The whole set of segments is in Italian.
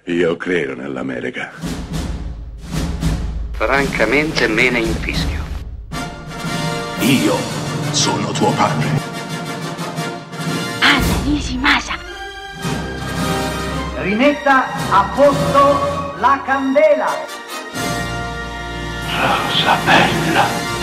Io credo nell'America. Francamente me ne infischio. Io sono tuo padre. Anna Nishimasa. Rimetta a posto la candela. Rosa bella.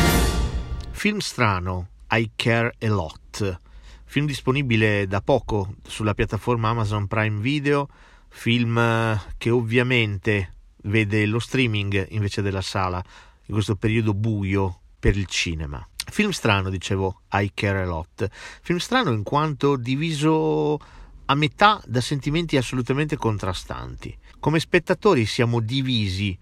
Film strano, I Care a Lot. Film disponibile da poco sulla piattaforma Amazon Prime Video. Film che ovviamente vede lo streaming invece della sala in questo periodo buio per il cinema. Film strano, dicevo, I Care a Lot. Film strano in quanto diviso a metà da sentimenti assolutamente contrastanti. Come spettatori siamo divisi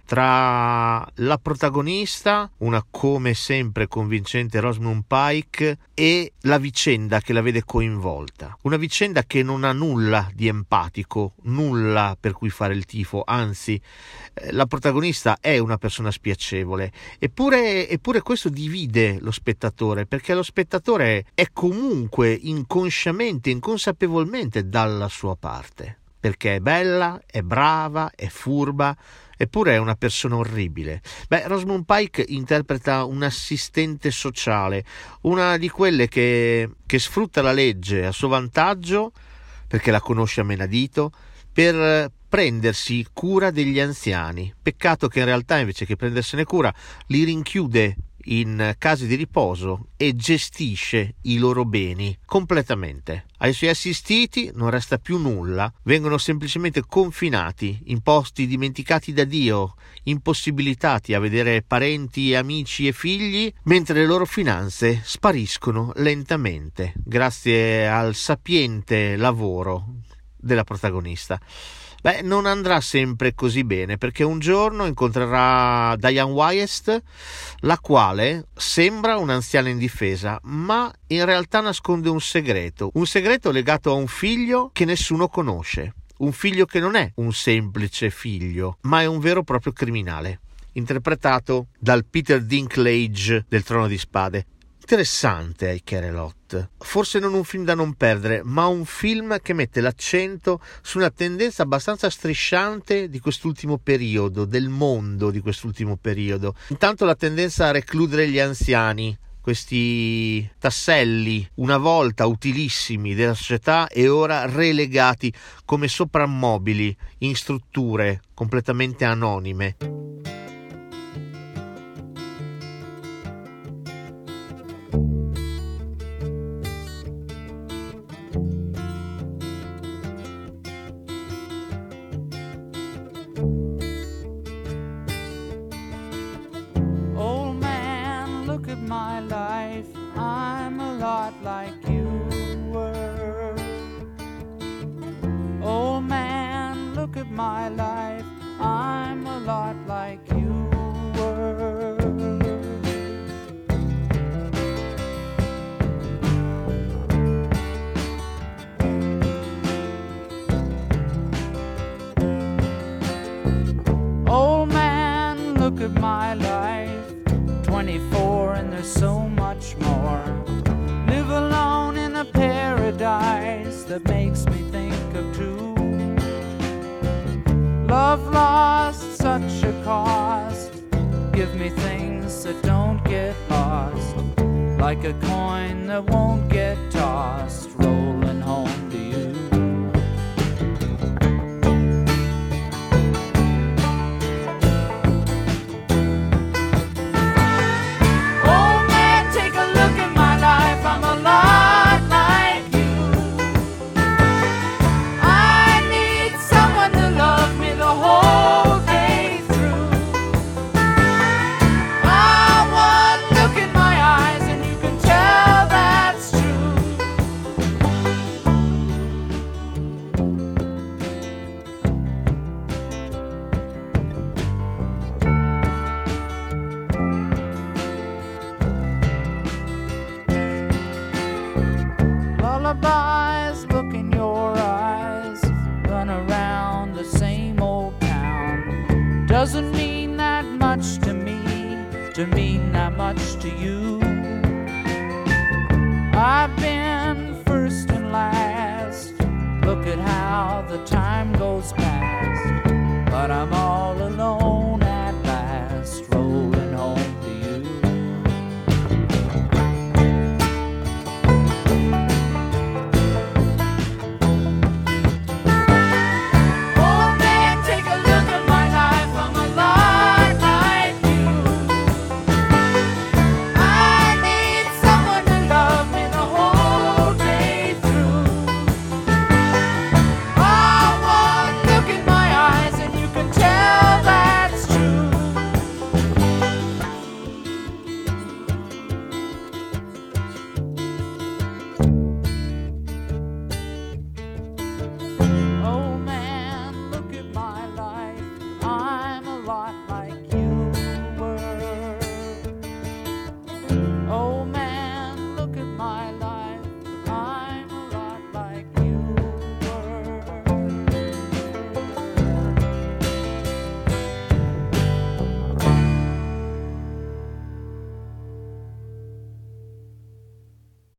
tra la protagonista, una come sempre convincente Rosamund Pike, e la vicenda che la vede coinvolta. Una vicenda che non ha nulla di empatico, nulla per cui fare il tifo, anzi la protagonista è una persona spiacevole. Eppure questo divide lo spettatore, perché lo spettatore è comunque inconsciamente, inconsapevolmente dalla sua parte. Perché è bella, è brava, è furba, eppure è una persona orribile. Rosamund Pike interpreta un'assistente sociale, una di quelle che sfrutta la legge a suo vantaggio, perché la conosce a menadito, per prendersi cura degli anziani. Peccato che in realtà invece che prendersene cura li rinchiude in case di riposo e gestisce i loro beni completamente. Ai suoi assistiti non resta più nulla, vengono semplicemente confinati in posti dimenticati da Dio, impossibilitati a vedere parenti, amici e figli, mentre le loro finanze spariscono lentamente grazie al sapiente lavoro della protagonista. Non andrà sempre così bene, perché un giorno incontrerà Diane Wiest, la quale sembra un'anziana indifesa, ma in realtà nasconde un segreto legato a un figlio che nessuno conosce, un figlio che non è un semplice figlio, ma è un vero e proprio criminale, interpretato dal Peter Dinklage del Trono di Spade. Interessante I Care a Lot, forse non un film da non perdere, ma un film che mette l'accento su una tendenza abbastanza strisciante di quest'ultimo periodo, del mondo di quest'ultimo periodo. Intanto la tendenza a recludere gli anziani, questi tasselli una volta utilissimi della società e ora relegati come soprammobili in strutture completamente anonime. My life, I'm a lot like you were. Old man, look at my life, I'm a lot like you were. Old man, look at my life, 24 and there's so much more. Live alone in a paradise that makes me think of two. Love lost, such a cost. Give me things that don't get lost, like a coin that won't get tossed, rolling home to you. Lullabies, look in your eyes, run around the same old town. Doesn't mean that much to me, to mean that much to you. I've been first and last, look at how the time goes past.